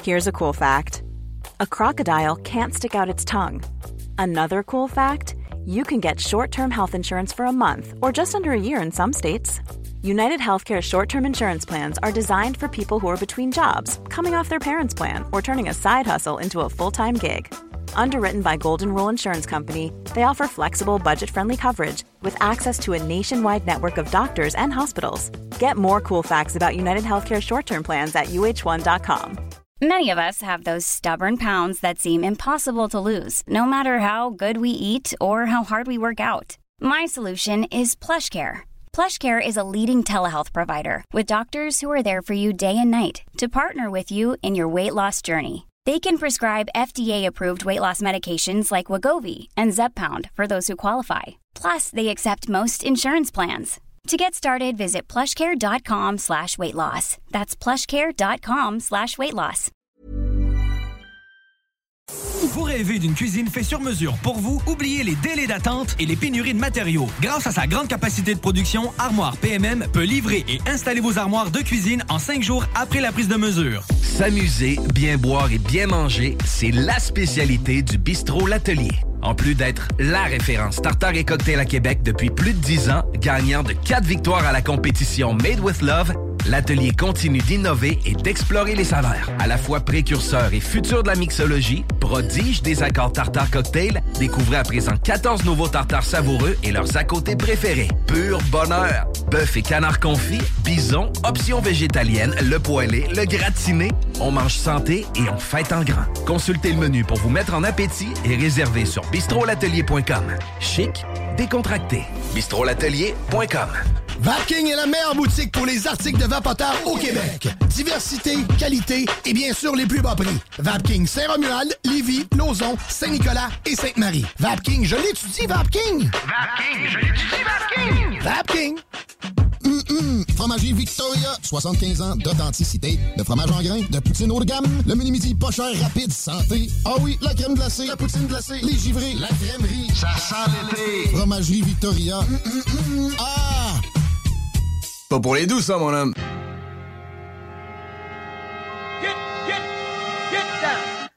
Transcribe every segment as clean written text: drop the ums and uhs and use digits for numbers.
Here's a cool fact. A crocodile can't stick out its tongue. Another cool fact, you can get short-term health insurance for a month or just under a year in some states. United Healthcare short-term insurance plans are designed for people who are between jobs, coming off their parents' plan, or turning a side hustle into a full-time gig. Underwritten by Golden Rule Insurance Company, they offer flexible, budget-friendly coverage with access to a nationwide network of doctors and hospitals. Get more cool facts about United Healthcare short-term plans at uh1.com. Many of us have those stubborn pounds that seem impossible to lose, no matter how good we eat or how hard we work out. My solution is PlushCare. PlushCare is a leading telehealth provider with doctors who are there for you day and night to partner with you in your weight loss journey. They can prescribe FDA-approved weight loss medications like Wegovy and Zepbound for those who qualify. Plus, they accept most insurance plans. To get started, visit plushcare.com/weightloss. That's plushcare.com/weightloss. Vous rêvez d'une cuisine faite sur mesure pour vous? Oubliez les délais d'attente et les pénuries de matériaux. Grâce à sa grande capacité de production, Armoire PMM peut livrer et installer vos armoires de cuisine en 5 jours après la prise de mesure. S'amuser, bien boire et bien manger, c'est la spécialité du Bistrot L'Atelier. En plus d'être la référence tartare et cocktail à Québec depuis plus de 10 ans, gagnant de 4 victoires à la compétition Made with Love, l'Atelier continue d'innover et d'explorer les saveurs. À la fois précurseur et futur de la mixologie, prodige des accords tartare cocktail, découvrez à présent 14 nouveaux tartares savoureux et leurs à côté préférés. Pur bonheur! Bœuf et canard confit, bison, options végétaliennes, le poêlé, le gratiné. On mange santé et on fête en grand. Consultez le menu pour vous mettre en appétit et réservez sur bistrolatelier.com. Chic, décontracté. bistrolatelier.com. Vapking est la meilleure boutique pour les articles de vapoteurs au Québec. Diversité, qualité et bien sûr les plus bas prix. Vapking Saint-Romuald, Lévis, Lauson, Saint-Nicolas et Sainte-Marie. Vapking, je l'étudie, Vapking! Vapking, je l'étudie, Vapking! Vapking! Fromagerie Victoria, 75 ans d'authenticité, de fromage en grains, de poutine haut de gamme, le mini-midi pas cher, rapide, santé. Ah oui, la crème glacée, la poutine glacée, les givrés, la crèmerie. Ça sent l'été. Fromagerie Victoria. Ah! Pas pour les doux, ça, mon homme. Get down.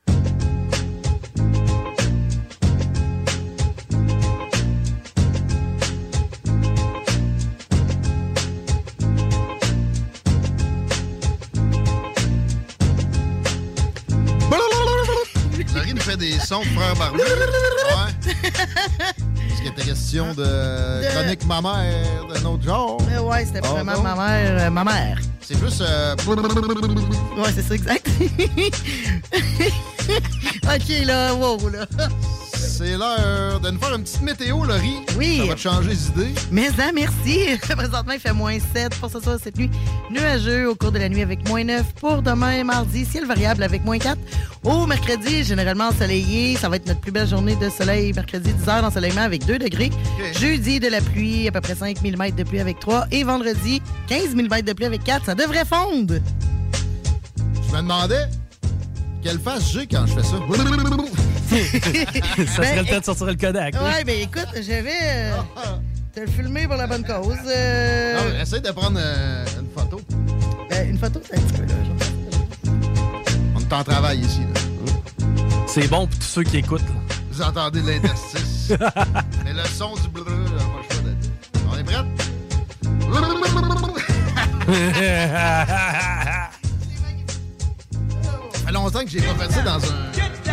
Larry nous fait des sons de frère Barbu. Ouais. Parce qu'il était question de chronique ma mère d'un autre genre. Ouais, c'était vraiment ma mère. C'est plus... Ouais, c'est ça, exact. OK, là, wow, là. C'est l'heure de nous faire une petite météo, Laurie. Oui. Ça va te changer d'idée. Mais ça, merci. Présentement, il fait -7 pour ce soir, cette nuit. Nuageux au cours de la nuit avec -9 pour demain, mardi. Ciel variable avec -4. Au mercredi, généralement ensoleillé. Ça va être notre plus belle journée de soleil. Mercredi, 10 heures d'ensoleillement avec 2 degrés. Okay. Jeudi, de la pluie, à peu près 5 mm de pluie avec 3. Et vendredi, 15 mm de pluie avec 4. Ça devrait fondre. Je me demandais quelle face j'ai quand je fais ça. Ça serait le temps de sortir le Kodak. Ouais, ben écoute, je vais te le filmer pour la bonne cause. Non, essaye de prendre une photo. Une photo, c'est un petit peu là. On est en travail ici, là. C'est bon pour tous ceux qui écoutent. Là. Vous entendez de l'interstice. Mais le son du bleu, pas le choix d'être. On est prêts? Ça fait longtemps que j'ai pas fait ça dans un...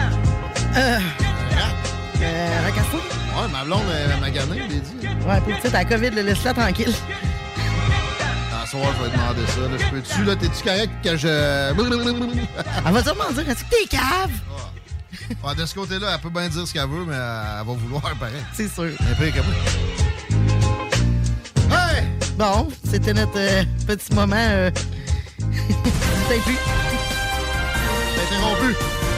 Racasso? Ouais, ma blonde m'a gagné, je l'ai dit. Ouais, puis tu sais, t'as la COVID, laisse-la tranquille. À soir, je vais demander ça. Là. Je peux-tu, là, t'es-tu correct que je... Elle va sûrement dire, est-ce que t'es cave? Ouais, de ce côté-là, elle peut bien dire ce qu'elle veut, mais elle va vouloir, pareil. C'est sûr. Un peu comme Hey! Bon, c'était notre petit moment. T'as plus. T'as interrompu.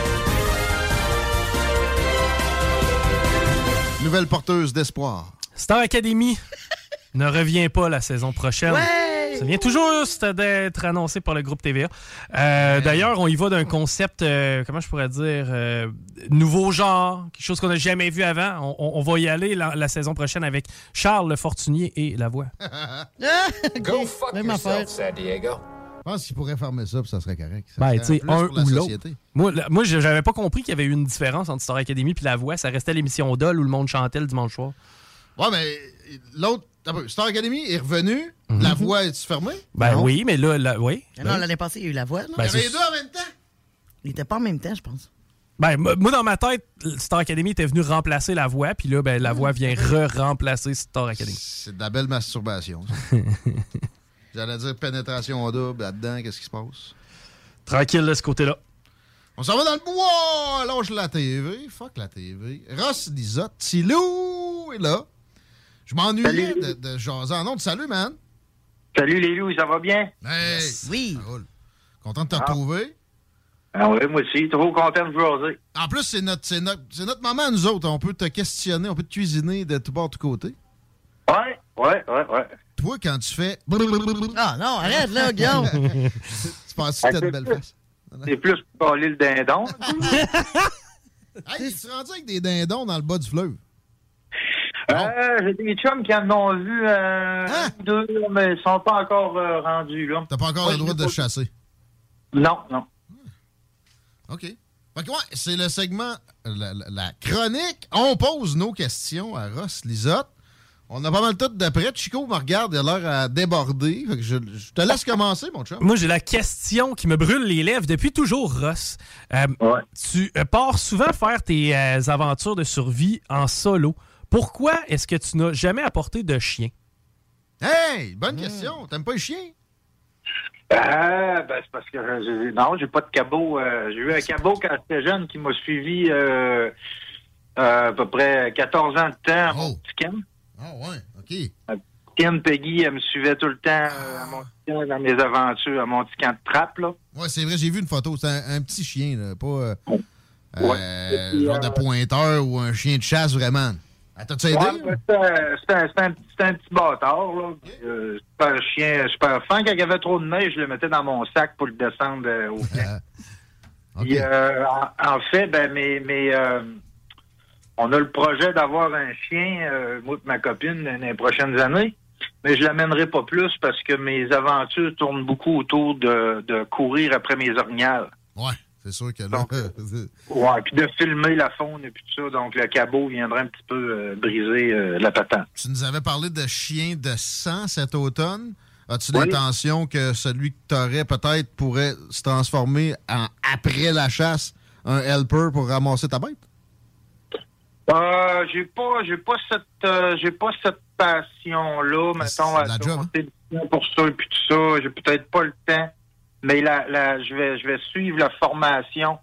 Nouvelle porteuse d'espoir. Star Academy ne revient pas la saison prochaine. Ouais! Ça vient tout juste d'être annoncé par le groupe TVA. D'ailleurs, on y va d'un concept, comment je pourrais dire, nouveau genre, quelque chose qu'on n'a jamais vu avant. On va y aller la saison prochaine avec Charles Le Fortunier et La Voix. Go fuck yourself, San Diego. pense qu'il pourrait fermer ça, puis ça serait correct. Ça Ben, tu sais, un pour la ou société. l'autre. Moi, j'avais pas compris qu'il y avait eu une différence entre Star Academy et La Voix. Ça restait l'émission d'Ol où le monde chantait le dimanche soir. Ouais, mais l'autre... Star Academy est revenu. La Voix est-tu fermée? Ben non. Oui, mais là, oui. Non, l'année passée, il y a eu La Voix. Non? Il y avait les deux en même temps? Il n'était pas en même temps, je pense. Ben, moi, dans ma tête, Star Academy était venu remplacer La Voix, puis là, ben, La Voix vient remplacer Star Academy. C'est de la belle masturbation, ça. J'allais dire pénétration double là-dedans, qu'est-ce qui se passe? Tranquille de ce côté-là. On s'en va dans le bois! Lâche la TV. Fuck la TV. Ross Lisotte, Tilou est là. Je m'ennuyais de jaser en ondes. Salut, man! Salut les loups, ça va bien? Hey! Yes. Oui! Ça roule. Content de te retrouver. Ah oui, moi aussi. Trop content de vous jaser. En plus, c'est notre moment à nous autres. On peut te questionner, on peut te cuisiner de tout bord, de tout côté. Ouais. Toi, quand tu fais... Ah non, arrête là, Guillaume! Tu penses que t'as une belle face? C'est plus pour parler le dindon. Hey, tu es rendu avec des dindons dans le bas du fleuve? J'ai des chums qui en ont vu deux, mais ils sont pas encore rendus, là. T'as pas encore le droit de chasser? Non. OK. Fait que ouais, c'est le segment, la chronique. On pose nos questions à Ross Lisotte. On a pas mal tout de près. Chico me regarde, il a l'air à déborder. Fait que je te laisse commencer, mon chum. Moi, j'ai la question qui me brûle les lèvres depuis toujours, Ross. Tu pars souvent faire tes aventures de survie en solo. Pourquoi est-ce que tu n'as jamais apporté de chien? Hey, bonne question. T'aimes pas les chiens? Ben, c'est parce que non, j'ai pas de cabot. J'ai eu un cabot quand j'étais jeune qui m'a suivi à peu près 14 ans de temps à mon petit camp. Ah ouais, OK. Ken Peggy, elle me suivait tout le temps à mon petit camp, dans mes aventures, à mon petit camp de trappe, là. Ouais, c'est vrai, j'ai vu une photo. C'est un petit chien, là, pas genre de pointeur ou un chien de chasse, vraiment. T'as-tu aidé? C'était un petit bâtard, là. Super chien, super fin. Quand il y avait trop de neige, je le mettais dans mon sac pour le descendre au camp. Okay. En fait, on a le projet d'avoir un chien, moi et ma copine, dans les prochaines années. Mais je l'amènerai pas plus parce que mes aventures tournent beaucoup autour de courir après mes orignales. Ouais. C'est sûr que là... Ouais, puis de filmer la faune et puis tout ça. Donc, le cabot viendrait un petit peu briser la patente. Tu nous avais parlé de chien de sang cet automne. As-tu l'intention que celui que tu aurais peut-être pourrait se transformer en, après la chasse, un helper pour ramasser ta bête? J'ai pas cette passion-là, mettons, à monter pour ça et puis tout ça. J'ai peut-être pas le temps. Mais je vais suivre la formation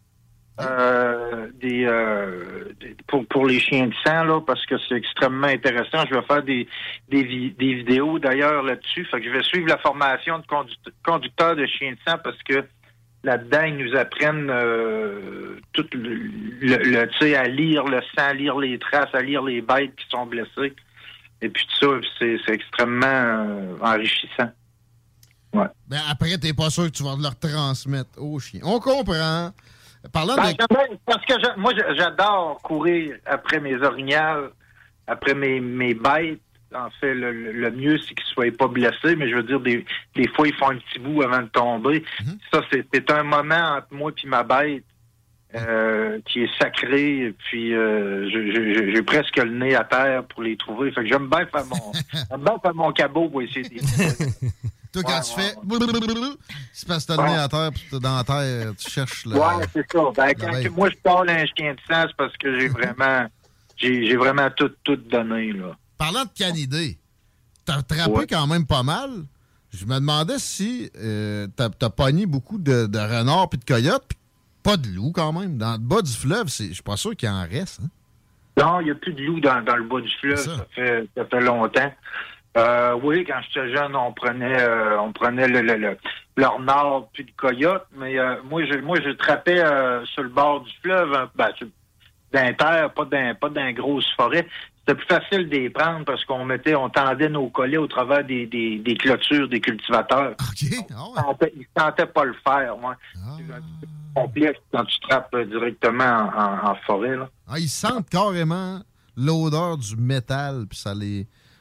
pour les chiens de sang, là, parce que c'est extrêmement intéressant. Je vais faire des vidéos, d'ailleurs, là-dessus. Fait que je vais suivre la formation de conducteur de chiens de sang parce que là-dedans, ils nous apprennent tout tu sais, à lire le sang, à lire les traces, à lire les bêtes qui sont blessées. Et puis tout ça, c'est extrêmement enrichissant. Ouais. Ben après, t'es pas sûr que tu vas leur transmettre aux chiens. On comprend. Parlant parce que moi, j'adore courir après mes orignales, après mes bêtes. En fait, le mieux, c'est qu'ils ne soient pas blessés, mais je veux dire, des fois, ils font un petit bout avant de tomber. Ça, c'est un moment entre moi et ma bête qui est sacré. Et puis, j'ai presque le nez à terre pour les trouver. Fait que j'aime bien faire mon cabot pour essayer de les Toi, quand tu fais... C'est parce que t'as le nez à terre, puis t'es dans la terre, tu cherches le... Ouais, c'est ça. Ben, quand moi, je parle un chien de sang, c'est parce que j'ai vraiment tout donné, là. Parlant de canidés, t'as trappé quand même pas mal. Je me demandais si t'as pogné beaucoup de renards puis de coyotes, puis pas de loups quand même. Dans le bas du fleuve, je suis pas sûr qu'il en reste. Hein? Non, il n'y a plus de loups dans le bas du fleuve. Ça fait longtemps. Oui, quand j'étais jeune, on prenait le renard puis le coyote, mais moi je trappais sur le bord du fleuve, d'un terre, pas dans grosse forêt. C'était plus facile de les prendre parce qu'on tendait nos collets au travers des clôtures des cultivateurs. OK. Ils sentaient pas le faire, moi. C'est un petit peu complexe quand tu trappes directement en forêt, là. Ils sentent carrément l'odeur du métal, puis ça les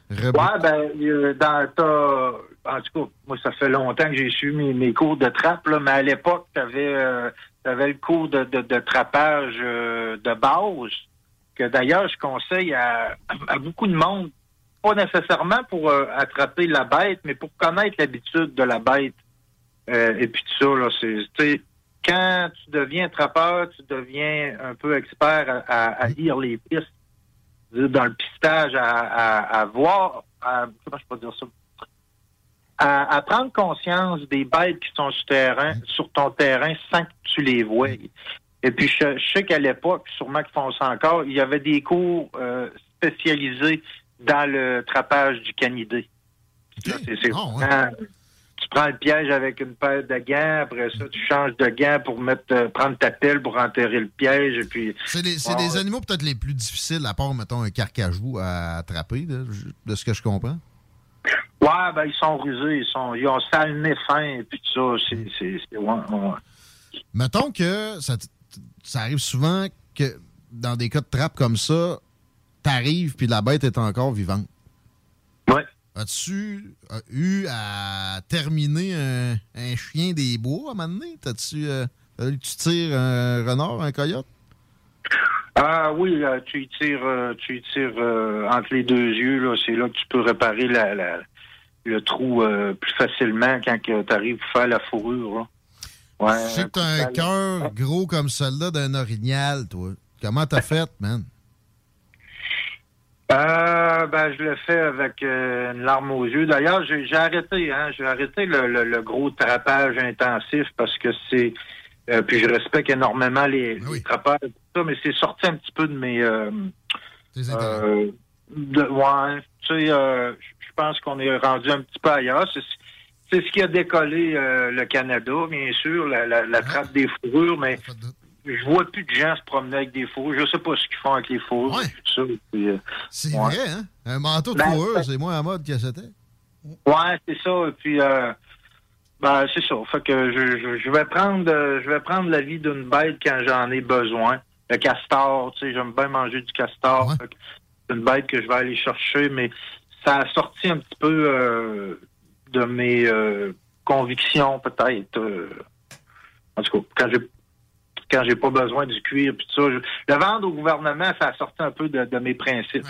En tout cas, moi, ça fait longtemps que j'ai suivi mes cours de trappe, là, mais à l'époque, t'avais le cours de trappage de base, que d'ailleurs, je conseille à beaucoup de monde, pas nécessairement pour attraper la bête, mais pour connaître l'habitude de la bête. Et puis tout ça, là, c'est, quand tu deviens trappeur, tu deviens un peu expert à lire les pistes, dans le pistage, à voir, comment je peux dire ça? À prendre conscience des bêtes qui sont sur ton terrain sans que tu les voies. Et puis, je sais qu'à l'époque, sûrement qu'ils font ça encore, il y avait des cours spécialisés dans le trappage du canidé. Okay. Tu prends le piège avec une paire de gants, après ça, tu changes de gants pour prendre ta pelle pour enterrer le piège. Et puis, c'est des animaux peut-être les plus difficiles, à part, mettons, un carcajou à attraper, de ce que je comprends. Ouais, ben ils sont rusés, ils ont sale nez fin, et puis tout ça, ouais. Mettons que ça arrive souvent que dans des cas de trappe comme ça, t'arrives puis la bête est encore vivante. Ouais. As-tu eu à terminer un chien des bois à un moment donné? Tu tires un renard, un coyote? Ah oui, tu y tires entre les deux yeux, là, c'est là que tu peux réparer le trou plus facilement quand tu arrives pour faire la fourrure. Là. Ouais, je sais que t'as un cœur gros comme celui-là d'un orignal, toi. Comment t'as fait, man? Je le fais avec une larme aux yeux. D'ailleurs, j'ai arrêté, j'ai arrêté le gros trappage intensif parce que c'est... puis je respecte énormément les trappeurs et tout ça, mais c'est sorti un petit peu de mes... tu sais, je pense qu'on est rendu un petit peu ailleurs. C'est ce qui a décollé le Canada, bien sûr, la trappe des fourrures, mais je vois plus de gens se promener avec des fourrures. Je sais pas ce qu'ils font avec les fourrures. Ouais. Ça, puis, c'est vrai, hein? Un manteau de fourrure, c'est moins à mode que c'était. Ouais, c'est ça. Et puis, c'est ça. Fait que je vais prendre la vie d'une bête quand j'en ai besoin. Le castor, tu sais, j'aime bien manger du castor. Ouais. C'est une bête que je vais aller chercher, mais ça a sorti un petit peu de mes convictions, peut-être. En tout cas, quand j'ai pas besoin du cuir puis tout ça. Le vendre au gouvernement, ça a sorti un peu de mes principes.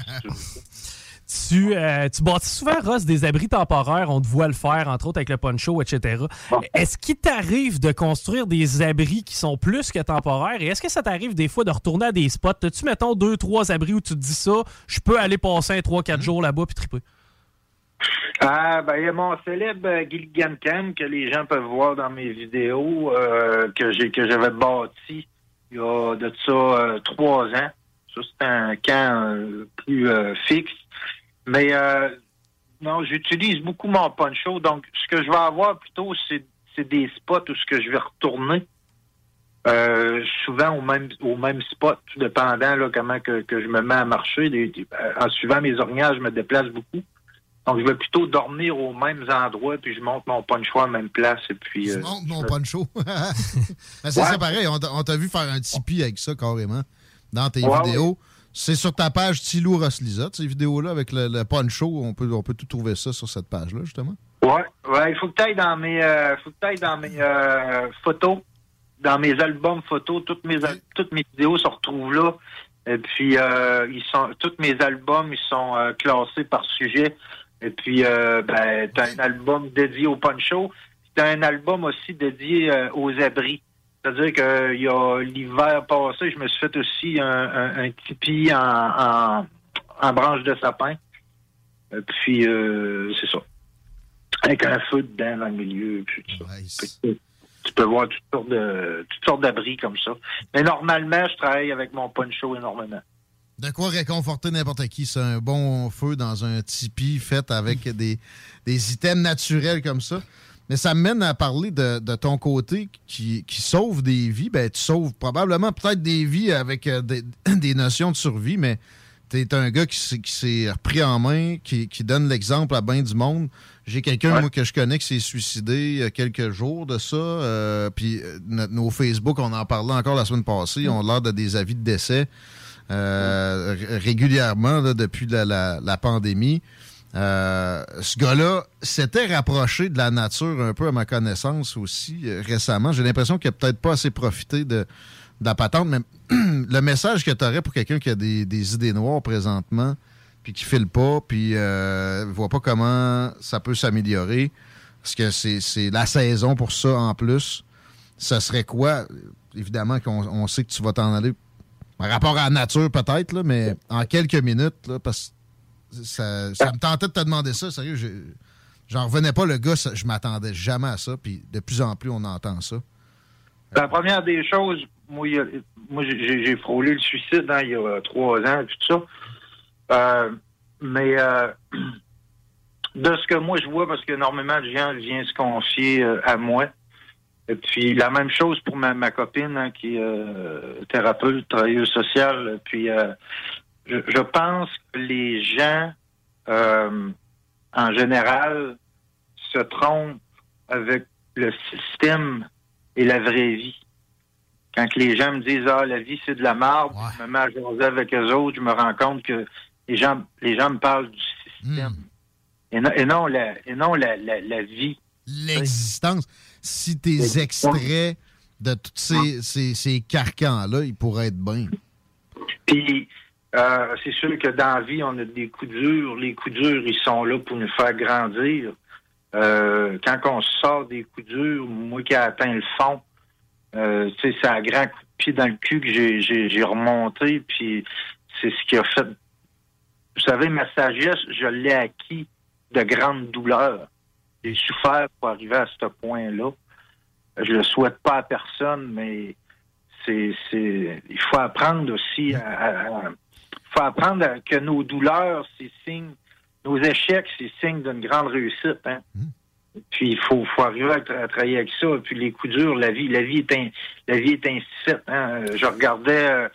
Tu bâtis souvent, Ross, des abris temporaires. On te voit le faire, entre autres avec le poncho, etc. Bon. Est-ce qu'il t'arrive de construire des abris qui sont plus que temporaires? Et est-ce que ça t'arrive des fois de retourner à des spots? As-tu, mettons, 2-3 abris où tu te dis ça, je peux aller passer 3-4 jours là-bas puis triper? Il y a mon célèbre Gilligan Camp que les gens peuvent voir dans mes vidéos que j'avais bâti il y a de ça 3 ans. Ça, c'est un camp plus fixe. Mais non, j'utilise beaucoup mon poncho. Donc, ce que je vais avoir plutôt, c'est des spots où ce que je vais retourner. Souvent au même spot, tout dépendant là, comment que je me mets à marcher. En suivant mes orignales, je me déplace beaucoup. Donc, je vais plutôt dormir aux mêmes endroits, puis je monte mon poncho à la même place. Et puis, je monte mon poncho. C'est ça pareil. On t'a vu faire un Tipeee avec ça, carrément, dans tes vidéos. Ouais. C'est sur ta page Tilou Ross Lisotte, ces vidéos-là, avec le poncho. On peut tout trouver ça sur cette page-là, justement. Ouais. Il faut que tu ailles dans mes photos, dans mes albums photos. Toutes mes vidéos se retrouvent là. Et puis, tous mes albums, ils sont classés par sujet. Et puis, t'as un album dédié au poncho. T'as un album aussi dédié aux abris. C'est-à-dire que il y a l'hiver passé, je me suis fait aussi un tipi en branche de sapin. Et puis, c'est ça. Avec un feu dedans dans le milieu. Puis tout ça. Nice. Tu peux voir toutes sortes d'abris comme ça. Mais normalement, je travaille avec mon poncho énormément. De quoi réconforter n'importe qui. C'est un bon feu dans un tipi fait avec des items naturels comme ça. Mais ça me mène à parler de ton côté qui sauve des vies. Ben, tu sauves probablement peut-être des vies avec des notions de survie, mais t'es un gars qui s'est repris en main, qui donne l'exemple à bien du monde. J'ai quelqu'un, moi, que je connais qui s'est suicidé il y a quelques jours de ça. Puis nos Facebook, on en parlait encore la semaine passée, ont l'air de des avis de décès régulièrement là, depuis la pandémie. Ce gars-là s'était rapproché de la nature un peu à ma connaissance aussi récemment. J'ai l'impression qu'il n'a peut-être pas assez profité de la patente, mais le message que tu aurais pour quelqu'un qui a des idées noires présentement, puis qui file pas, puis voit pas comment ça peut s'améliorer, parce que c'est la saison pour ça en plus, ça serait quoi? Évidemment qu'on sait que tu vas t'en aller par rapport à la nature peut-être, là, mais en quelques minutes, là, parce que ça me tentait de te demander ça, sérieux, j'en revenais pas, le gars, je m'attendais jamais à ça, puis de plus en plus, on entend ça. La première des choses, moi j'ai frôlé le suicide il y a 3 ans, tout ça. Mais de ce que moi je vois, parce qu'énormément de gens viennent se confier à moi. Et puis la même chose pour ma copine qui est thérapeute, travailleuse sociale. Puis je pense que les gens, en général, se trompent avec le système et la vraie vie. Quand les gens me disent « Ah, la vie, c'est de la marde », je me mets à jaser avec eux autres, je me rends compte que les gens me parlent du système. Et non la vie. L'existence. Si tes extraits de tous ces carcans-là, ils pourraient être bien. Puis, c'est sûr que dans la vie, on a des coups durs. Les coups durs, ils sont là pour nous faire grandir. Quand on sort des coups durs, moi qui ai atteint le fond, c'est un grand coup de pied dans le cul que j'ai remonté, puis c'est ce qui a fait... Vous savez, ma sagesse, je l'ai acquis de grandes douleurs. J'ai souffert pour arriver à ce point-là. Je le souhaite pas à personne, mais il faut apprendre aussi faut apprendre que nos douleurs, c'est signe, nos échecs, c'est signe d'une grande réussite, hein. Puis il faut arriver à travailler avec ça. Puis les coups durs, la vie est ainsi, hein. Je regardais,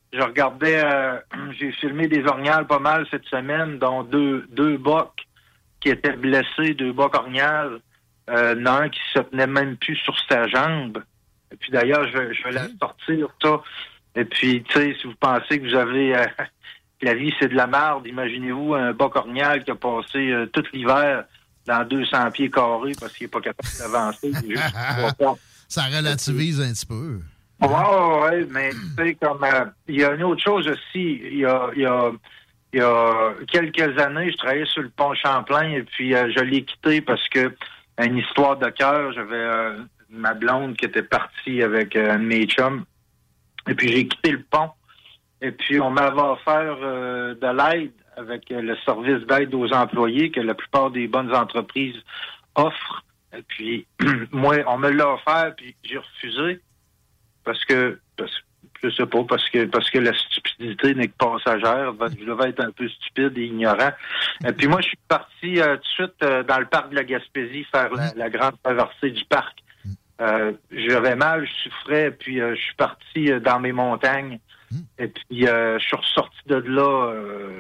j'ai filmé des orignales pas mal cette semaine, dont deux bocs qui étaient blessés, 2 bocs orignales. Il y en a un qui se tenait même plus sur sa jambe. Et puis d'ailleurs, je vais la sortir, ça. Et puis, tu sais, si vous pensez que vous avez la vie, c'est de la merde, imaginez-vous un boc orignal qui a passé tout l'hiver dans 200 pieds carrés parce qu'il n'est pas capable d'avancer. Ça relativise un petit peu. Ouais, mais tu sais, comme il y a une autre chose aussi. Il y a quelques années, je travaillais sur le pont Champlain et puis je l'ai quitté parce que une histoire de cœur, j'avais ma blonde qui était partie avec un de mes chums. Et puis j'ai quitté le pont. Et puis on m'avait offert de l'aide avec le service d'aide aux employés que la plupart des bonnes entreprises offrent. Et puis moi, on me l'a offert, puis j'ai refusé parce que je sais pas, parce que la stupidité n'est que passagère. Je devais être un peu stupide et ignorant. Et puis moi, je suis parti tout de suite dans le parc de la Gaspésie faire la grande traversée du parc. J'avais mal, je souffrais, puis je suis parti dans mes montagnes. Et puis je suis ressorti de là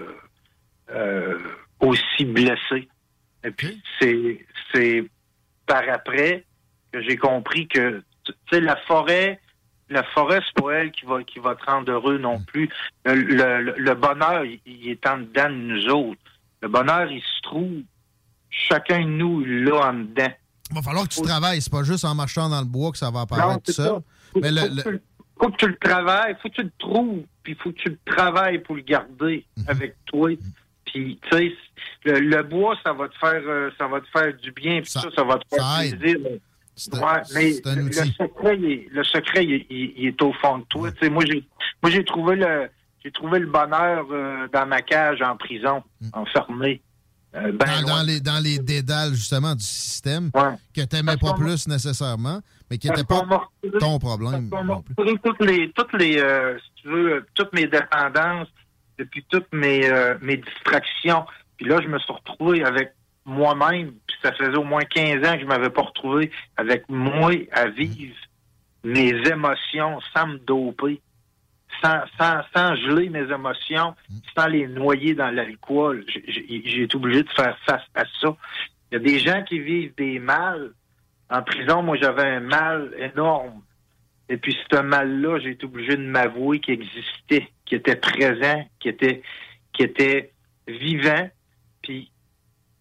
aussi blessé. Et puis c'est par après que j'ai compris que tu sais, la forêt, c'est pas elle qui va te rendre heureux non plus. Le bonheur, il est en dedans de nous autres. Le bonheur, il se trouve, chacun de nous, là, en dedans. Il va falloir que tu travailles. C'est pas juste en marchant dans le bois que ça va apparaître tout ça. Mais faut que tu le travailles, faut que tu le trouves, puis faut que tu le travailles pour le garder avec toi. Puis, tu sais, le bois, ça va te faire du bien, puis ça va te faire plaisir. Mais le secret, il est au fond de toi. Tu sais, moi, j'ai trouvé le bonheur dans ma cage en prison, enfermé. Dans les dédales, justement, du système, que tu n'aimais pas plus nécessairement, mais qui n'était pas ton problème. Toutes les si tu veux, toutes mes dépendances, et puis toutes mes distractions. Puis là, je me suis retrouvé avec moi-même, puis ça faisait au moins 15 ans que je m'avais pas retrouvé avec moi à vivre mes émotions sans me doper, sans geler mes émotions, sans les noyer dans l'alcool. J'ai été obligé de faire face à ça. Il y a des gens qui vivent des mal. En prison, moi, j'avais un mal énorme. Et puis, ce mal-là, j'ai été obligé de m'avouer qu'il existait, qu'il était présent, qu'il était vivant. Puis,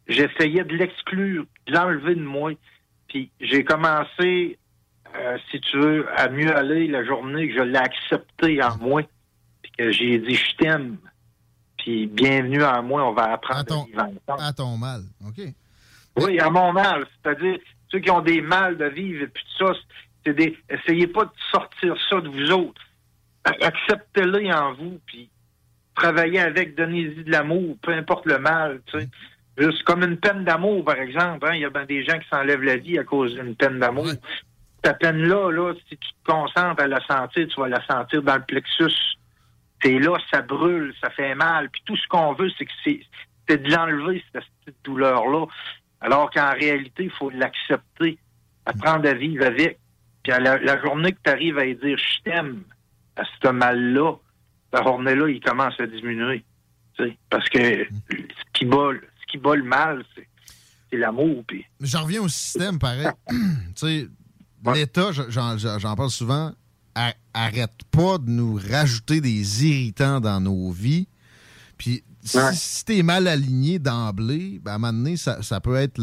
j'essayais de l'exclure, de l'enlever de moi. Puis j'ai commencé, si tu veux, à mieux aller la journée que je l'ai accepté en moi. Puis que j'ai dit, je t'aime. Puis bienvenue en moi, on va apprendre à vivre ensemble. À ton mal, OK. Oui, à mon mal. C'est-à-dire, ceux qui ont des mal de vivre et puis tout ça, essayez pas de sortir ça de vous autres. Acceptez-le en vous, puis travaillez avec, donnez-y de l'amour, peu importe le mal, tu sais. C'est comme une peine d'amour, par exemple. Hein? Il y a bien des gens qui s'enlèvent la vie à cause d'une peine d'amour. Ouais. Ta peine-là, si tu te concentres à la sentir, tu vas la sentir dans le plexus. C'est là, ça brûle, ça fait mal. Puis tout ce qu'on veut, c'est de l'enlever, cette douleur-là. Alors qu'en réalité, il faut l'accepter, apprendre à vivre avec. Puis à la journée que tu arrives à y dire « je t'aime », à ce mal-là, la journée-là, il commence à diminuer. Parce que ce qui bat le mal, c'est l'amour. Puis... J'en reviens au système, pareil. L'État, j'en parle souvent, arrête pas de nous rajouter des irritants dans nos vies. Puis si t'es mal aligné d'emblée, ben, à un moment donné, ça peut être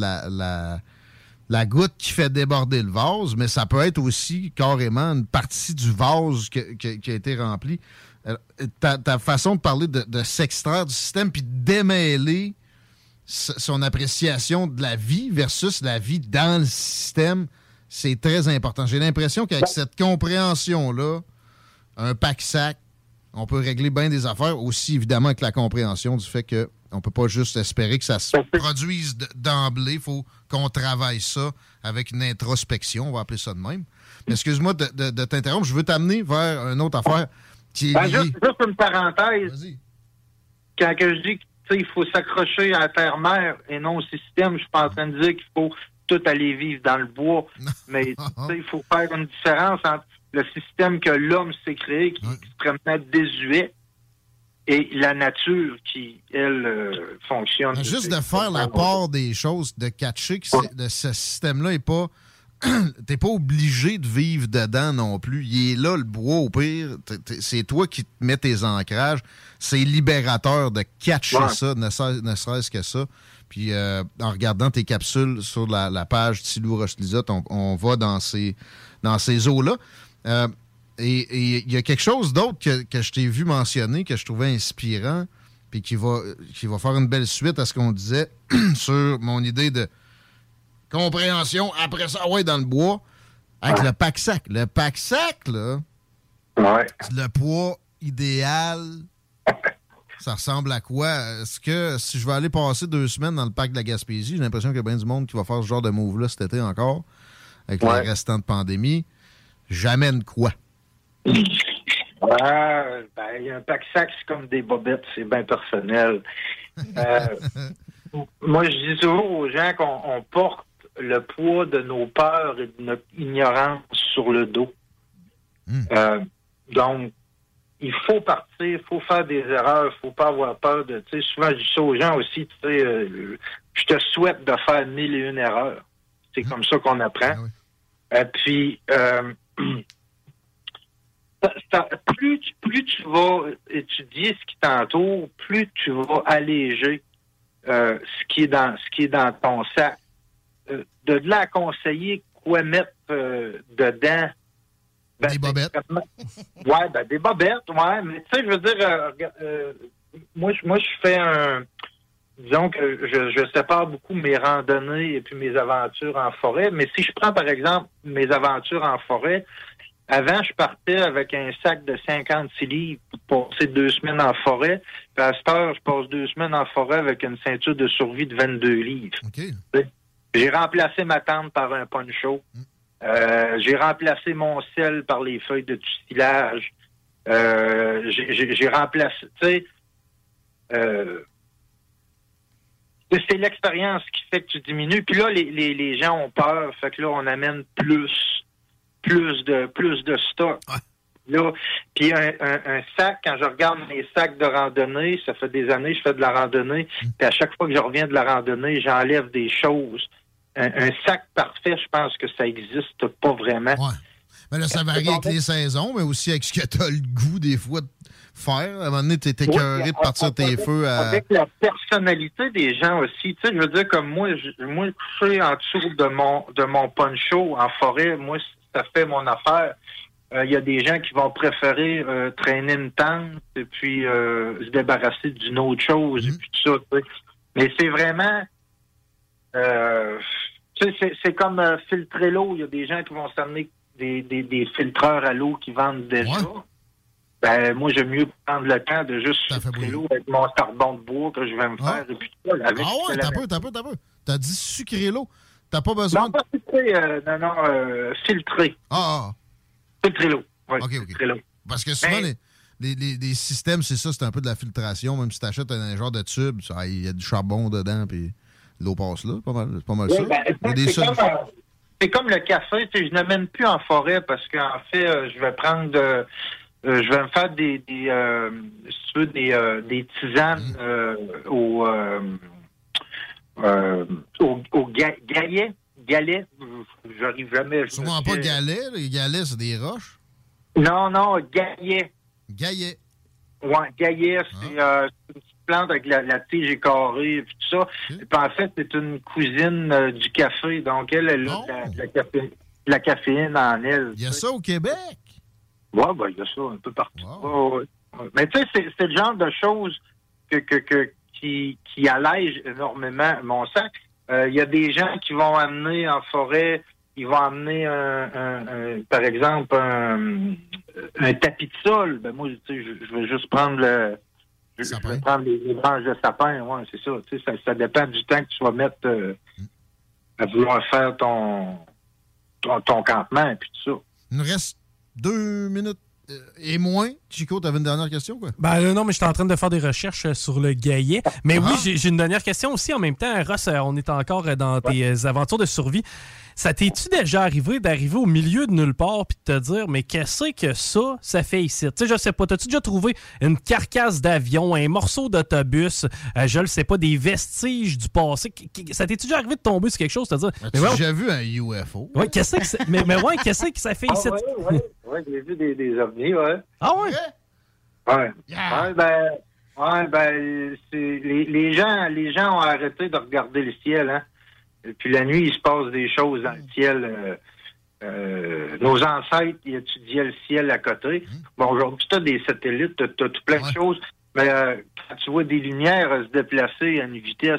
la goutte qui fait déborder le vase, mais ça peut être aussi carrément une partie du vase qui a été remplie. Ta façon de parler de s'extraire du système puis de démêler son appréciation de la vie versus la vie dans le système, c'est très important. J'ai l'impression qu'avec cette compréhension-là, un pack-sac, on peut régler bien des affaires, aussi évidemment avec la compréhension du fait qu'on ne peut pas juste espérer que ça se produise d'emblée. Il faut qu'on travaille ça avec une introspection, on va appeler ça de même. Mais excuse-moi de t'interrompre, je veux t'amener vers une autre affaire qui est liée. Juste une parenthèse. Vas-y. Quand je dis qu'il faut s'accrocher à la terre-mère et non au système, je suis pas en train de dire qu'il faut tout aller vivre dans le bois. Mais il faut faire une différence entre le système que l'homme s'est créé, qui est extrêmement désuet, et la nature qui, elle, fonctionne. Juste de faire la part des choses, de catcher que ce système-là n'est pas... T'es pas obligé de vivre dedans non plus. Il est là, le bois, au pire. C'est toi qui te mets tes ancrages. C'est libérateur de catcher ça, ne serait-ce que ça. Puis en regardant tes capsules sur la page Tilou Roche-Lisotte, on va dans ces eaux-là. Et il y a quelque chose d'autre que je t'ai vu mentionner, que je trouvais inspirant, puis qui va faire une belle suite à ce qu'on disait sur mon idée de compréhension. Après ça, dans le bois, avec le pack-sac. Le pack-sac, là, le poids idéal, ça ressemble à quoi? Est-ce que si je vais aller passer 2 semaines dans le parc de la Gaspésie, j'ai l'impression qu'il y a bien du monde qui va faire ce genre de move-là cet été encore, avec les restants de pandémie. J'amène quoi? Un pack-sac, c'est comme des bobettes, c'est bien personnel. Moi, je dis toujours aux gens qu'on porte le poids de nos peurs et de notre ignorance sur le dos. Donc, il faut partir, il faut faire des erreurs, il faut pas avoir peur de... Tu sais, souvent, je dis ça aux gens aussi, tu sais, je te souhaite de faire 1001 erreurs. C'est comme ça qu'on apprend. Puis, plus tu vas étudier ce qui t'entoure, plus tu vas alléger ce qui est dans ton sac. De là à conseiller quoi mettre dedans. Des bobettes. Des bobettes, mais tu sais, je veux dire, moi, je fais disons que je sépare beaucoup mes randonnées et puis mes aventures en forêt, mais si je prends, par exemple, mes aventures en forêt, avant, je partais avec un sac de 56 livres pour passer 2 semaines en forêt. Puis à cette heure, je passe 2 semaines en forêt avec une ceinture de survie de 22 livres. Okay. J'ai remplacé ma tente par un poncho. J'ai remplacé mon sel par les feuilles de tuilage. J'ai remplacé... Tu sais... c'est l'expérience qui fait que tu diminues. Puis là, les gens ont peur. Fait que là, on amène plus de stock. Là, puis un sac, quand je regarde mes sacs de randonnée, ça fait des années que je fais de la randonnée, puis à chaque fois que je reviens de la randonnée, j'enlève des choses. Un sac parfait, je pense que ça n'existe pas vraiment. Mais là, ça varie avec les saisons, mais aussi avec ce que tu as le goût, des fois, de faire? À un moment donné, tu es écœuré de partir tes feux à... Avec la personnalité des gens aussi. Tu sais, je veux dire, comme moi, coucher en dessous de mon poncho en forêt, moi, ça fait mon affaire. Il y a des gens qui vont préférer traîner une tente et puis se débarrasser d'une autre chose et puis tout ça. Tu sais. Mais c'est vraiment... tu sais, c'est comme filtrer l'eau. Il y a des gens qui vont s'amener des filtreurs à l'eau qui vendent déjà. Ouais. Ben, moi, j'aime mieux prendre le temps de juste sucrer l'eau avec mon charbon de bois que je vais me faire. Et puis, avec t'as peu. T'as dit sucrer l'eau. T'as pas besoin... Non, pas sucrer, filtrer. Filtrer l'eau. Ouais, OK. Filtrer l'eau. Parce que souvent, les systèmes, c'est ça, c'est un peu de la filtration. Même si t'achètes un genre de tube, il y a du charbon dedans, puis l'eau passe là. C'est pas mal ça. Ben, c'est comme le café. Tu sais, je n'amène plus en forêt parce qu'en fait, je vais prendre... je vais me faire des tisanes au galet. J'arrive jamais. Sûrement pas galet. Les galets, c'est des roches. Non, gaillet. Gaillet. Ouais, gaillet, c'est une petite plante avec la tige écarrée et puis tout ça. Okay. Et puis en fait, c'est une cousine du café. Donc, elle a la caféine en elle. Il y a ça au Québec? Oui, ben, il y a ça un peu partout. Wow. Ouais. Mais tu sais, c'est le genre de choses qui allègent énormément mon sac. Il y a des gens qui vont amener en forêt, ils vont amener par exemple, un tapis de sol. Ben moi, tu sais, je vais juste prendre je vais prendre les branches de sapin. Ouais, c'est ça. Tu sais, ça dépend du temps que tu vas mettre à vouloir faire ton campement et puis tout ça. Il nous reste 2 minutes et moins. Chico, tu avais une dernière question, quoi? Ben non, mais j'étais en train de faire des recherches sur le gaillet. Mais oui, j'ai une dernière question aussi. En même temps, Ross, on est encore dans tes aventures de survie. Ça t'es-tu déjà arrivé d'arriver au milieu de nulle part puis de te dire, mais qu'est-ce que ça fait ici? Tu sais, je sais pas, t'as-tu déjà trouvé une carcasse d'avion, un morceau d'autobus, je le sais pas, des vestiges du passé? Ça t'es-tu déjà arrivé de tomber sur quelque chose, te dire? As-tu déjà vu un UFO? Oui, qu'est-ce que c'est? mais ouais, qu'est-ce que ça fait ici? Oui, j'ai vu des ovnis, ouais. Ah ouais? Ouais. Yeah. C'est les gens ont arrêté de regarder le ciel, hein. Et puis la nuit, il se passe des choses dans le ciel. Nos ancêtres, ils étudiaient le ciel à côté. Bon, aujourd'hui, tu as des satellites, tu as tout plein de choses. Mais quand tu vois des lumières se déplacer à une vitesse...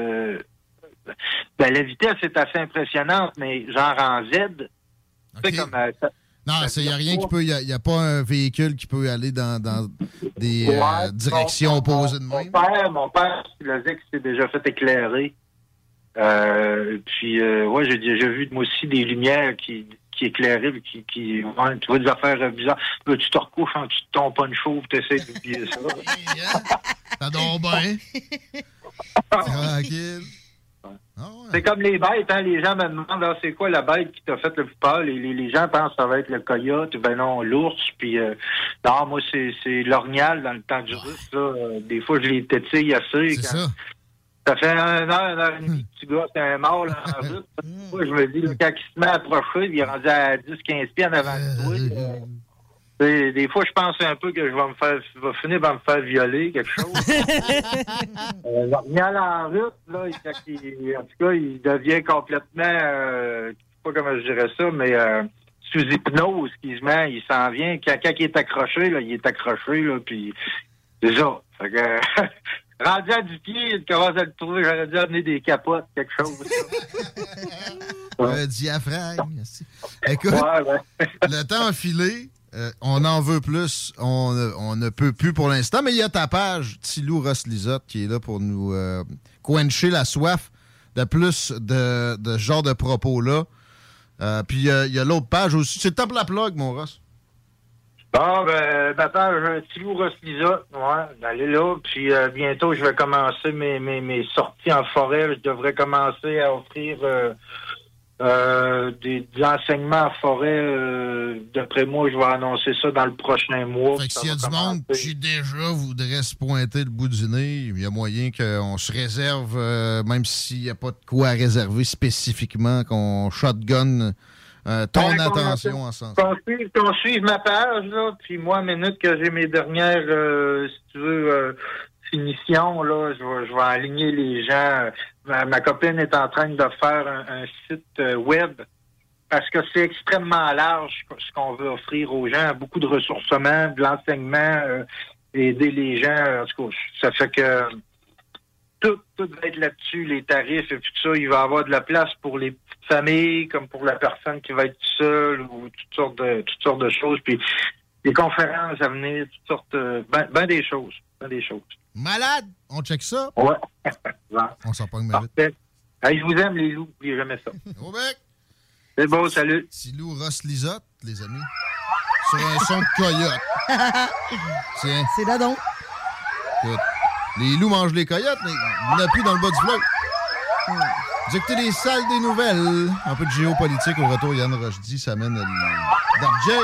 la vitesse est assez impressionnante, mais genre en Z. Okay. C'est comme... non, il n'y a rien qui peut... Il n'y a pas un véhicule qui peut aller dans des directions opposées de même. Mon père, il a dit qu'il s'est déjà fait éclairer. Puis, j'ai déjà vu, moi aussi, des lumières qui éclairaient, tu vois des affaires bizarres. Là, tu te recouches en dessous de ton poncho, tu essaies d'oublier ça. Ça dort bien. Tranquille. C'est comme les bêtes, hein. Les gens me demandent, c'est quoi la bête qui t'a fait le plus peur? Les gens pensent que ça va être le coyote, ben non, l'ours, puis non, moi, c'est l'orignal dans le temps du russe, là. Des fois, je les tétille assez. C'est ça. Ça fait 1 heure et demie que tu gosses un mâle en route. Moi, je me dis, quand il se met à approcher, il est rendu à 10-15 pieds en avant de toi. Des fois, je pense un peu que je vais finir par me faire violer, quelque chose. L'orignal en route, là, en tout cas, il devient complètement, je sais pas comment je dirais ça, mais sous hypnose, il s'en vient. Quand il est accroché, là, il est accroché, là, puis c'est ça. Fait que... rendu à du pied, il commence à le trouver. J'aurais dû amener des capotes, quelque chose. Un diaphragme. Écoute, le temps a filé. On en veut plus. On ne peut plus pour l'instant. Mais il y a ta page, Tilou Ross Lisotte, qui est là pour nous quencher la soif de plus de ce genre de propos-là. Puis il y a l'autre page aussi. C'est le temps pour la plug, mon Ross. Bon, ma page Tilou Ross Lisotte, allez là. Puis bientôt, je vais commencer mes sorties en forêt. Je devrais commencer à offrir des enseignements en forêt. D'après moi, je vais annoncer ça dans le prochain mois. Fait que s'il y a du monde qui déjà voudrait se pointer le bout du nez, il y a moyen qu'on se réserve, même s'il n'y a pas de quoi à réserver spécifiquement, qu'on shotgun ton attention en ce sens. Qu'on suive ma page, là, puis moi, à minute que j'ai mes dernières, si tu veux, finitions, là, je vais aligner les gens. Ma copine est en train de faire un site web parce que c'est extrêmement large ce qu'on veut offrir aux gens. Beaucoup de ressourcement, de l'enseignement, aider les gens. En tout cas, ça fait que tout va être là-dessus, les tarifs et tout ça. Il va y avoir de la place pour les petites familles, comme pour la personne qui va être seule ou toutes sortes de choses. Puis des conférences à venir, toutes sortes, ben des choses. Malade! On check ça? Ouais. On s'en pogne, Malade. Hey, je vous aime, les loups. N'oubliez jamais ça. Au bec! C'est beau, salut. Silou Ross Lisotte, les amis. Sur un son de coyote. Tiens. C'est là donc. Écoute, les loups mangent les coyotes, mais il n'y en a plus dans le bas du fleuve. Vous écoutez les salles des nouvelles. Un peu de géopolitique au retour. Yann Rochdy s'amène DJ.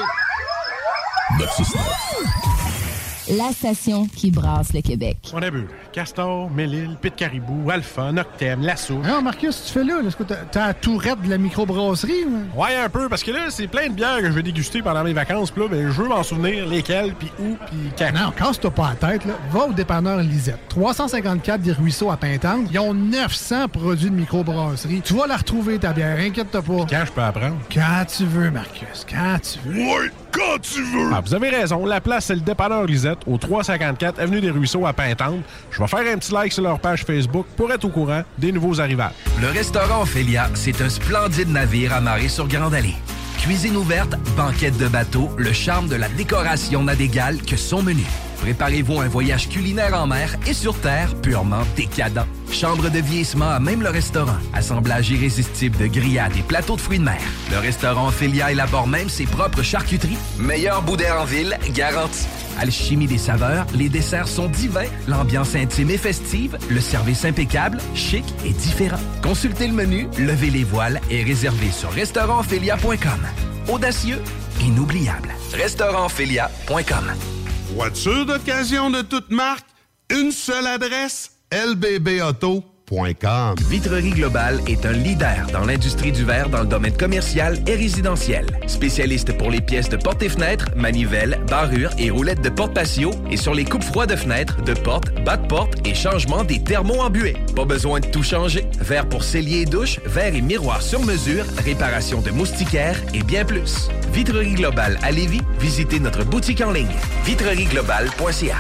La station qui brasse le Québec. On a bu Castor, Mélile, Pit Caribou, Alpha, Noctem, Lasso. Non, Marcus, tu fais là? Est-ce que t'as la tourette de la microbrasserie? Ouais, un peu, parce que là, c'est plein de bières que je vais déguster pendant mes vacances. Puis là, ben, je veux m'en souvenir lesquelles, puis où, puis quand. Non, casse-toi pas la tête. Là. Va au dépanneur Lisette. 354 des Ruisseaux à Pintante. Ils ont 900 produits de microbrasserie. Tu vas la retrouver, ta bière. Inquiète-toi pas. Puis quand je peux apprendre? Quand tu veux, Marcus. Quand tu veux. Ouais, quand tu veux. Ah, vous avez raison. La place, c'est le dépanneur Lisette, au 354 Avenue des Ruisseaux à Pintante. Je vais faire un petit like sur leur page Facebook pour être au courant des nouveaux arrivages. Le restaurant Ophélia, c'est un splendide navire amarré sur Grande Allée. Cuisine ouverte, banquette de bateau, le charme de la décoration n'a d'égal que son menu. Préparez-vous un voyage culinaire en mer et sur terre purement décadent. Chambre de vieillissement à même le restaurant. Assemblage irrésistible de grillades et plateaux de fruits de mer. Le restaurant Ophélia élabore même ses propres charcuteries. Meilleur boudin en ville, garanti. Alchimie des saveurs, les desserts sont divins, l'ambiance intime et festive, le service impeccable, chic et différent. Consultez le menu, levez les voiles et réservez sur restaurantophélia.com. Audacieux, inoubliable. Restaurantophélia.com. Voiture d'occasion de toute marque, une seule adresse, lbbauto.com. Vitrerie Globale est un leader dans l'industrie du verre dans le domaine commercial et résidentiel. Spécialiste pour les pièces de portes et fenêtres, manivelles, barrures et roulettes de porte patio et sur les coupes froides de fenêtres, de portes, bas de porte et changement des thermos embués. Pas besoin de tout changer. Verre pour cellier et douche, verre et miroir sur mesure, réparation de moustiquaires et bien plus. Vitrerie Globale à Lévis, visitez notre boutique en ligne. vitrerieglobale.ca.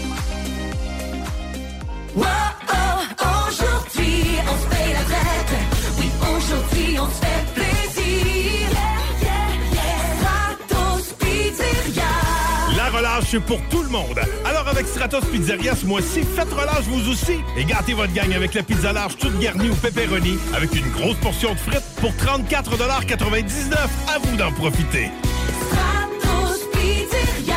Wow, oh, aujourd'hui, on se paye la traite. Oui, aujourd'hui, on se fait plaisir. Stratos Pizzeria. La relâche, c'est pour tout le monde. Alors, avec Stratos Pizzeria, ce mois-ci, faites relâche vous aussi. Et gâtez votre gang avec la pizza large toute garnie au pepperoni avec une grosse portion de frites pour 34,99 $. À vous d'en profiter. Stratos Pizzeria.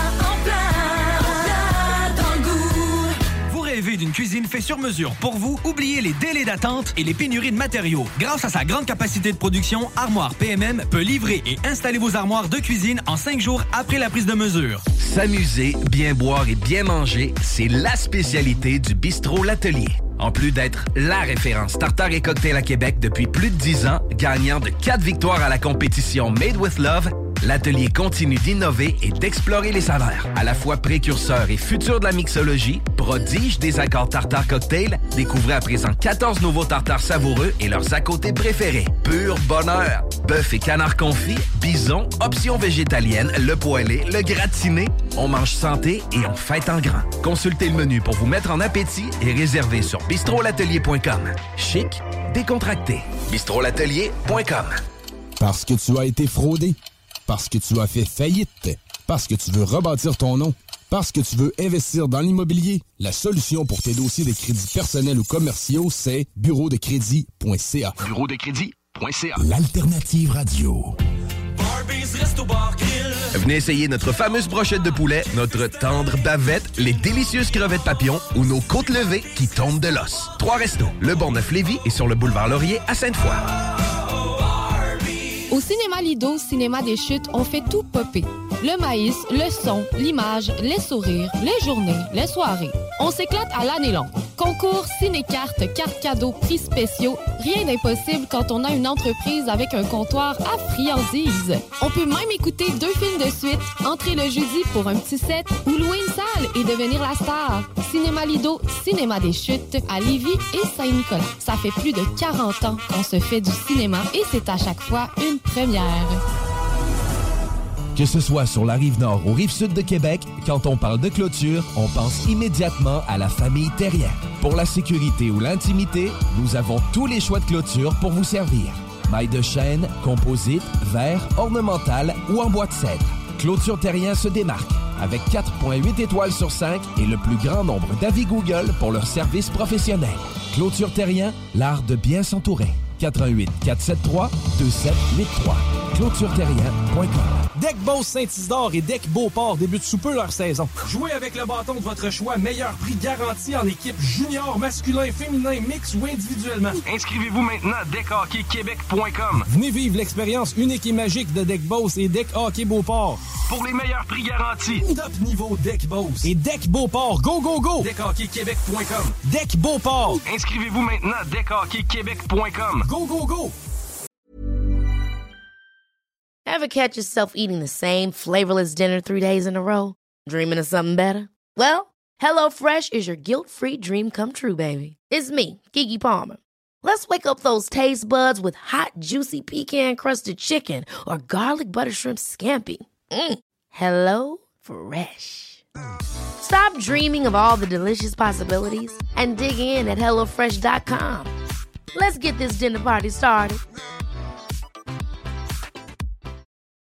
Rêvez d'une cuisine faite sur mesure pour vous? Oubliez les délais d'attente et les pénuries de matériaux. Grâce à sa grande capacité de production, Armoire PMM peut livrer et installer vos armoires de cuisine en 5 jours après la prise de mesure. S'amuser, bien boire et bien manger, c'est la spécialité du bistrot L'Atelier. En plus d'être la référence tartare et cocktail à Québec depuis plus de 10 ans, gagnant de 4 victoires à la compétition Made with Love, l'Atelier continue d'innover et d'explorer les saveurs. À la fois précurseur et futur de la mixologie, prodige des accords tartare cocktail, découvrez à présent 14 nouveaux tartares savoureux et leurs à côté préférés. Pur bonheur! Bœuf et canard confit, bison, options végétaliennes, le poêlé, le gratiné. On mange santé et on fête en grand. Consultez le menu pour vous mettre en appétit et réservez sur bistrolatelier.com. Chic, décontracté. bistrolatelier.com. Parce que tu as été fraudé. Parce que tu as fait faillite. Parce que tu veux rebâtir ton nom. Parce que tu veux investir dans l'immobilier. La solution pour tes dossiers de crédits personnels ou commerciaux, c'est bureaudecrédit.ca. Bureaudecrédit.ca. L'alternative radio. Venez essayer notre fameuse brochette de poulet, notre tendre bavette, les délicieuses crevettes papillons ou nos côtes levées qui tombent de l'os. 3 restos, le Bonneuf-Lévis et sur le boulevard Laurier à Sainte-Foy. Au Cinéma Lido, Cinéma des Chutes, on fait tout popper. Le maïs, le son, l'image, les sourires, les journées, les soirées. On s'éclate à l'année longue. Concours, ciné-cartes, cartes cadeaux, prix spéciaux, rien d'impossible quand on a une entreprise avec un comptoir à friandises. On peut même écouter 2 films de suite, entrer le jeudi pour un petit set ou louer une salle et devenir la star. Cinéma Lido, Cinéma des Chutes, à Lévis et Saint-Nicolas. Ça fait plus de 40 ans qu'on se fait du cinéma et c'est à chaque fois une première. Que ce soit sur la rive nord ou rive sud de Québec, quand on parle de clôture, on pense immédiatement à la famille Terrien. Pour la sécurité ou l'intimité, nous avons tous les choix de clôture pour vous servir. Mailles de chêne, composite, verre, ornemental ou en bois de cèdre. Clôture Terrien se démarque avec 4,8 étoiles sur 5 et le plus grand nombre d'avis Google pour leur service professionnel. Clôture Terrien, l'art de bien s'entourer. 88 473 2783. ClôtureTerrien.com. Deck Boss Saint-Isidore et Deck Beauport débutent sous peu leur saison. Jouez avec le bâton de votre choix, meilleur prix garanti en équipe junior, masculin, féminin, mix ou individuellement. Inscrivez-vous maintenant à deckhockeyquebec.com. Venez vivre l'expérience unique et magique de Deck Boss et Deck Hockey Beauport. Pour les meilleurs prix garantis. Top niveau Deck Boss et Deck Beauport. Go, go, go! deckhockeyquebec.com. Deck Beauport. Inscrivez-vous maintenant à deckhockeyquebec.com. Go, go, go! Ever catch yourself eating the same flavorless dinner 3 days in a row? Dreaming of something better? Well, HelloFresh is your guilt-free dream come true, baby. It's me, Keke Palmer. Let's wake up those taste buds with hot, juicy pecan-crusted chicken or garlic butter shrimp scampi. Hello Fresh. Stop dreaming of all the delicious possibilities and dig in at HelloFresh.com. Let's get this dinner party started.